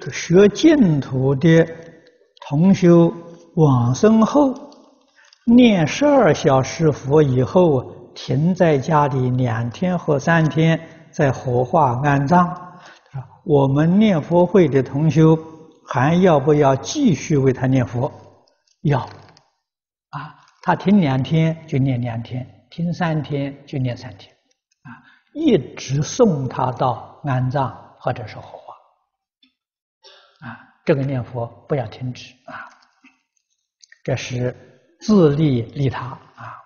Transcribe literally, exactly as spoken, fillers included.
学净土的同修往生后，念十二小时佛以后，停在家里两天或三天，再火化安葬。我们念佛会的同修还要不要继续为他念佛？要啊，他停两天就念两天，停三天就念三天，啊，一直送他到安葬或者是火化。啊，这个念佛不要停止啊，这是自利利他啊。